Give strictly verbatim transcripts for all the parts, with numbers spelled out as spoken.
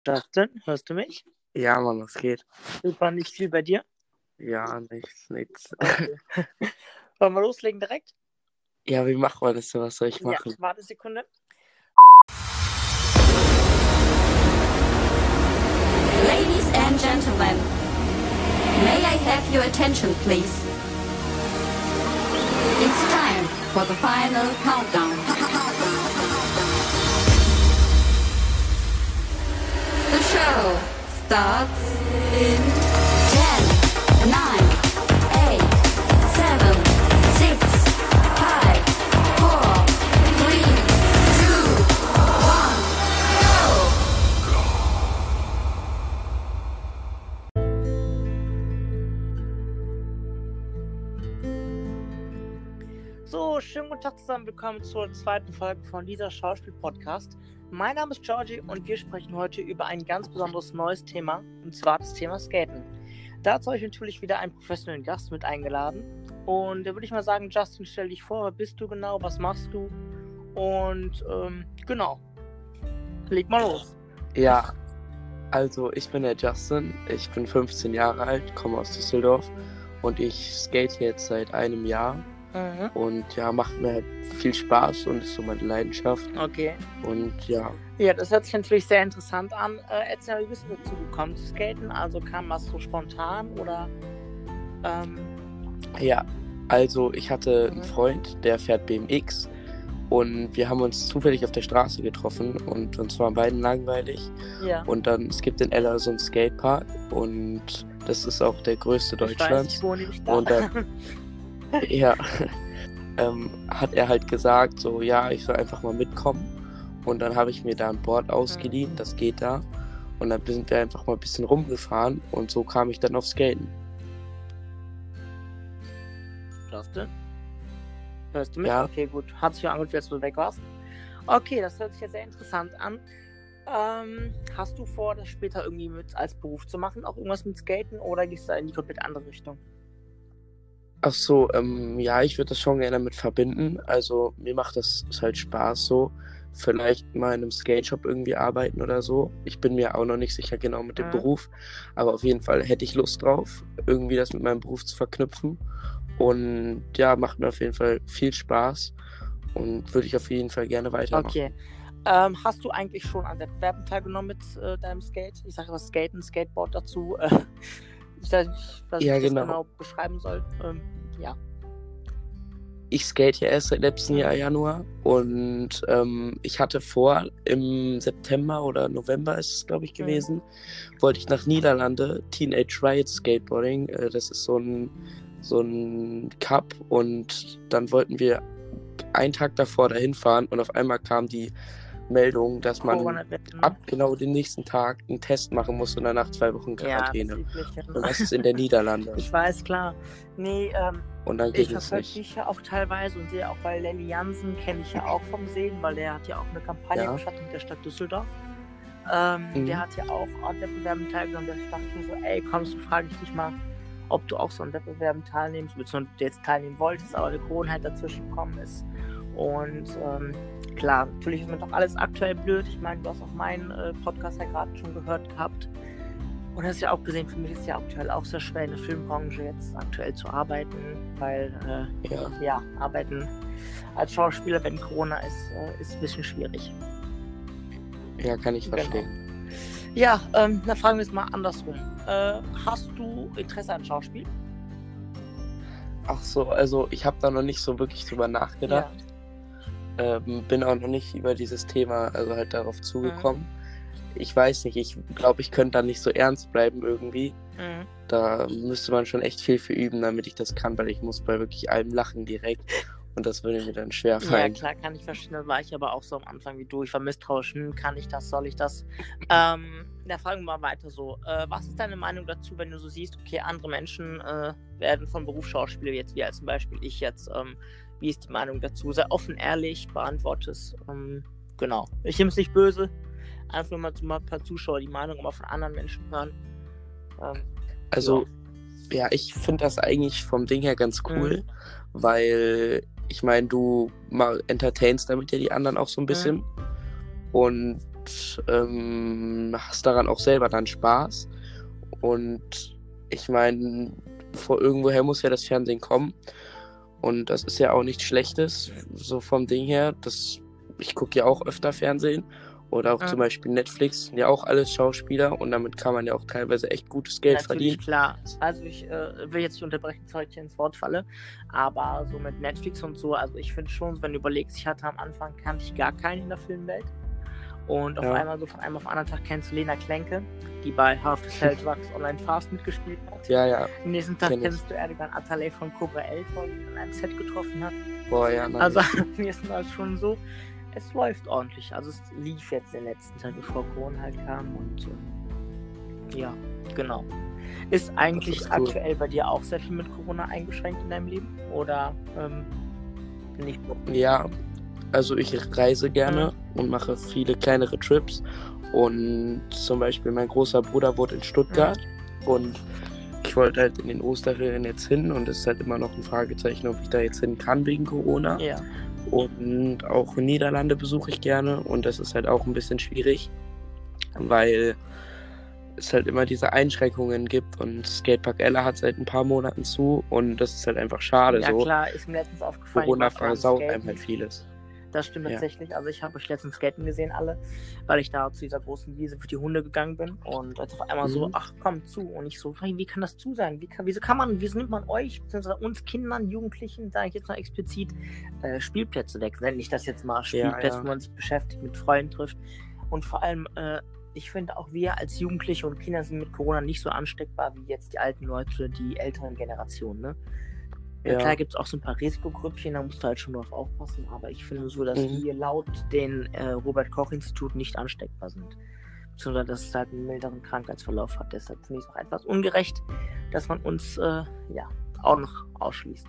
Justin, hörst du mich? Ja, Mann, was geht? Super, nicht viel bei dir? Ja, nichts, nichts. Okay. Wollen wir loslegen direkt? Ja, wie machen wir das so? Was soll ich Ja, machen? warte eine Sekunde. Ladies and gentlemen, may I have your attention, please? It's time for the final countdown. The show starts in ten, nine, eight, seven, six, five, four, three, two, one, go! So, schönen guten Tag zusammen, willkommen zur zweiten Folge von dieser Schauspiel-Podcast. Mein Name ist Georgie und wir sprechen heute über ein ganz besonderes neues Thema, und zwar das Thema Skaten. Dazu habe ich natürlich wieder einen professionellen Gast mit eingeladen. Und da würde ich mal sagen, Justin, stell dich vor, wer bist du genau, was machst du? Und ähm, genau, leg mal los. Ja, also ich bin der Justin, ich bin fünfzehn Jahre alt, komme aus Düsseldorf und ich skate jetzt seit einem Jahr. Mhm. Und ja, macht mir halt viel Spaß und ist so meine Leidenschaft. Okay. Und ja, Ja, das hört sich natürlich sehr interessant an. Äh, erzähl, wie bist du dazu gekommen zu skaten? Also kam das so spontan oder? Ähm, ja, also ich hatte einen Mhm. Freund, der fährt B M X und wir haben uns zufällig auf der Straße getroffen und uns waren beiden langweilig. ja. Und dann, es gibt in Ella so einen Skatepark und das ist auch der größte Ich weiß, Deutschlands. ich wohne nicht da. Und dann, ja, ähm, hat er halt gesagt, so, ja, ich soll einfach mal mitkommen. Und dann habe ich mir da ein Board ausgeliehen, das geht da. Und dann sind wir einfach mal ein bisschen rumgefahren und so kam ich dann auf Skaten. Justin? Hörst du mich? Ja. Okay, gut. Hat sich angehört, als du weg warst. Okay, das hört sich ja sehr interessant an. Ähm, hast du vor, das später irgendwie mit als Beruf zu machen? Auch irgendwas mit Skaten? Oder gehst du da in die komplett andere Richtung? Ach so, ähm, ja, ich würde das schon gerne damit verbinden. Also mir macht das halt Spaß so. Vielleicht mal in einem Skate-Shop irgendwie arbeiten oder so. Ich bin mir auch noch nicht sicher genau mit dem Mhm. Beruf. Aber auf jeden Fall hätte ich Lust drauf, irgendwie das mit meinem Beruf zu verknüpfen. Und ja, macht mir auf jeden Fall viel Spaß. Und würde ich auf jeden Fall gerne weitermachen. Okay. Ähm, hast du eigentlich schon an Wettbewerben teilgenommen mit äh, deinem Skate? Ich sage was Skaten, Skateboard dazu. Äh, ich weiß nicht, was Ja, ich das genau. genau beschreiben soll. Ähm, ja. Ich skate ja erst seit letztem Jahr Januar und ähm, ich hatte vor, im September oder November ist es, glaube ich, gewesen, wollte ich nach Niederlande, Teenage Riot Skateboarding, äh, das ist so ein, so ein Cup und dann wollten wir einen Tag davor dahin fahren und auf einmal kam die Meldung, dass man Corona-Wetten. ab genau den nächsten Tag einen Test machen muss und danach zwei Wochen Ja, das Quarantäne. Übliche. Und das ist in der Niederlande. Ich weiß, klar. Nee, ähm, Und dann ich geht es verfolge nicht. dich ja auch teilweise und sehe auch, weil Lenny Jansen kenne ich ja auch vom Sehen, weil der hat ja auch eine Kampagne Ja. gestartet mit der Stadt Düsseldorf. Ähm, Mhm. Der hat ja auch an Wettbewerben teilgenommen. Da dachte ich mir so, ey, kommst du, frage ich dich mal, ob du auch so an Wettbewerben teilnimmst, beziehungsweise du jetzt teilnehmen wolltest, aber der Corona halt dazwischen gekommen ist. Und ähm, klar, natürlich ist mir doch alles aktuell blöd. Ich meine, du hast auch meinen äh, Podcast ja gerade schon gehört gehabt. Und hast ja auch gesehen, für mich ist ja aktuell auch sehr schwer in der Filmbranche jetzt aktuell zu arbeiten, weil äh, Ja. ja, arbeiten als Schauspieler, wenn Corona ist, äh, ist ein bisschen schwierig. Ja, kann ich Genau. verstehen. Ja, ähm, dann fragen wir es mal andersrum. Äh, hast du Interesse an Schauspiel? Ach so, also ich habe da noch nicht so wirklich drüber nachgedacht. Ähm, bin auch noch nicht über dieses Thema, also halt darauf zugekommen. Ich weiß nicht, ich glaube, ich könnte da nicht so ernst bleiben irgendwie. Ja. Mhm. Da müsste man schon echt viel für üben, damit ich das kann, weil ich muss bei wirklich allem lachen direkt. Und das würde mir dann schwer Ja, fallen. klar, kann ich verstehen. Da war ich aber auch so am Anfang wie du. Ich war misstrauisch. Hm, kann ich das? Soll ich das? Ähm, da fragen wir mal weiter so. Äh, was ist deine Meinung dazu, wenn du so siehst, okay, andere Menschen äh, werden von Berufsschauspieler, jetzt wie als zum Beispiel ich jetzt. Ähm, wie ist die Meinung dazu? Sei offen, ehrlich, beantworte es. Ähm, genau. Ich nehme es nicht böse. Einfach mal zu mal ein paar Zuschauer die Meinung immer von anderen Menschen hören. Ähm, Also, ja, ich finde das eigentlich vom Ding her ganz cool, weil ich meine, du mal entertainst damit ja die anderen auch so ein bisschen. Und und ähm, hast daran auch selber dann Spaß. Und ich meine, vor irgendwoher muss ja das Fernsehen kommen. Und das ist ja auch nichts Schlechtes, so vom Ding her. Das, ich gucke ja auch öfter Fernsehen. Oder auch Ja. zum Beispiel Netflix, sind ja auch alles Schauspieler. Und damit kann man ja auch teilweise echt gutes Geld Natürlich, verdienen. klar. Also ich äh, will jetzt nicht unterbrechen, sorry, ich ins Wort falle, aber so mit Netflix und so, also ich finde schon, wenn du überlegst, ich hatte am Anfang, kannte ich gar keinen in der Filmwelt und auf Ja. einmal so von einem auf den anderen Tag kennst du Lena Klenke, die bei Half the Helltrucks Online Fast mitgespielt hat. Ja, ja. Am nächsten Tag kenn ich. kennst du Erdogan Atalay von Cobra elf, wo ihn an einem Set getroffen hat. Boah, ja, nein. Also mir ist das schon so, es läuft ordentlich. Also es lief jetzt in den letzten Tagen, bevor Corona halt kam und äh, ja, genau. Ist eigentlich ist cool. aktuell bei dir auch sehr viel mit Corona eingeschränkt in deinem Leben? Oder ähm, nicht? Ja, also ich reise gerne und mache viele kleinere Trips. Und zum Beispiel mein großer Bruder wohnt in Stuttgart und ich wollte halt in den Osterferien jetzt hin und es ist halt immer noch ein Fragezeichen, ob ich da jetzt hin kann wegen Corona. Ja. Und auch Niederlande besuche ich gerne und das ist halt auch ein bisschen schwierig, weil es halt immer diese Einschränkungen gibt und Skatepark Ella hat seit ein paar Monaten zu und das ist halt einfach schade Ja so. klar, ist mir letztens aufgefallen. Corona ich war gerade versaut skaten. einem halt vieles. Das stimmt Ja. tatsächlich. Also ich habe euch letztens skaten gesehen alle, weil ich da zu dieser großen Wiese für die Hunde gegangen bin und als auf einmal so, Mhm. ach komm zu und ich so, hey, wie kann das zu sein? Wie kann, wieso kann man, wieso nimmt man euch, beziehungsweise uns Kindern, Jugendlichen, sage ich jetzt mal explizit, äh, Spielplätze weg? Nenne ich das jetzt mal Spielplätze, ja. wo man sich beschäftigt, mit Freunden trifft und vor allem, äh, ich finde auch wir als Jugendliche und Kinder sind mit Corona nicht so ansteckbar wie jetzt die alten Leute, die älteren Generationen, ne? Ja. Ja. Klar gibt es auch so ein paar Risikogrüppchen, da musst du halt schon drauf aufpassen, aber ich finde so, dass Mhm. wir laut den äh, Robert-Koch-Institut nicht ansteckbar sind. Beziehungsweise, dass es halt einen milderen Krankheitsverlauf hat. Deshalb finde ich es auch etwas ungerecht, dass man uns äh, ja auch noch ausschließt.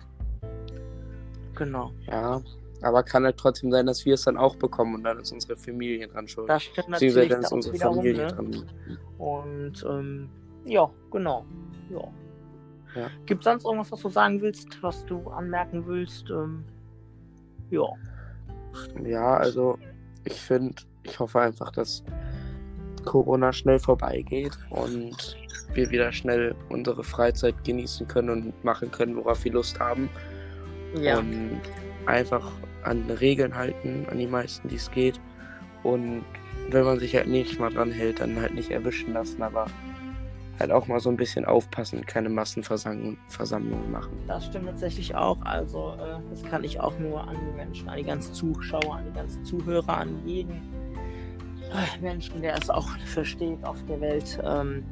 Genau. Ja, aber kann halt trotzdem sein, dass wir es dann auch bekommen und dann ist unsere Familie dran schuld. Das stimmt Beziehungsweise natürlich dann ist auch unsere wiederum, Familie ne? dran. Und ähm, ja, genau. Ja. Ja. Gibt es sonst irgendwas, was du sagen willst, was du anmerken willst? Ähm, ja. Ja, also ich finde, ich hoffe einfach, dass Corona schnell vorbeigeht und wir wieder schnell unsere Freizeit genießen können und machen können, worauf wir Lust haben. Ja. Und einfach an Regeln halten, an die meisten, die es geht. Und wenn man sich halt nicht mal dran hält, dann halt nicht erwischen lassen, aber halt auch mal so ein bisschen aufpassen, keine Massenversammlungen machen. Das stimmt tatsächlich auch. Also, äh, das kann ich auch nur an die Menschen, an die ganzen Zuschauer, an die ganzen Zuhörer, an jeden äh, Menschen, der es auch versteht auf der Welt, ähm,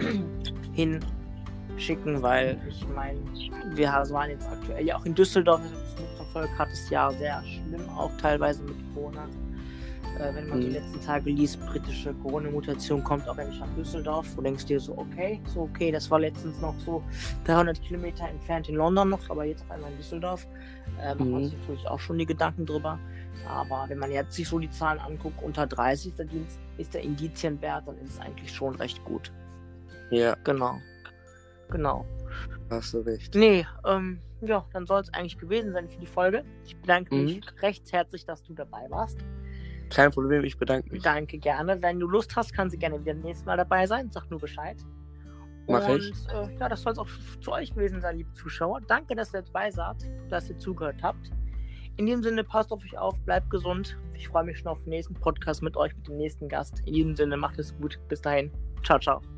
hinschicken, weil ich meine, wir waren jetzt aktuell ja auch in Düsseldorf, wenn das mitverfolgt hat, das Jahr sehr schlimm, auch teilweise mit Corona. Äh, wenn man Mhm. die letzten Tage liest, britische Corona-Mutation kommt auch endlich nach Düsseldorf, wo denkst du dir so, okay, so okay, das war letztens noch so dreihundert Kilometer entfernt in London noch, aber jetzt auf einmal in Düsseldorf. Äh, macht man Mhm. sich natürlich auch schon die Gedanken drüber. Aber wenn man jetzt sich so die Zahlen anguckt, unter dreißig ist der, Dienst, ist der Indizienwert, dann ist es eigentlich schon recht gut. Ja, Genau. Genau. hast du recht. Nee, ähm, ja, dann soll es eigentlich gewesen sein für die Folge. Ich bedanke Mhm. mich recht herzlich, dass du dabei warst. Kein Problem, ich bedanke mich. Danke gerne. Wenn du Lust hast, kannst du gerne wieder nächstes Mal dabei sein. Sag nur Bescheid. Mach Und ich. Äh, ja, das soll es auch f- zu euch gewesen sein, liebe Zuschauer. Danke, dass ihr dabei seid, dass ihr zugehört habt. In diesem Sinne, passt auf euch auf, bleibt gesund. Ich freue mich schon auf den nächsten Podcast mit euch, mit dem nächsten Gast. In diesem Sinne, macht es gut. Bis dahin. Ciao, ciao.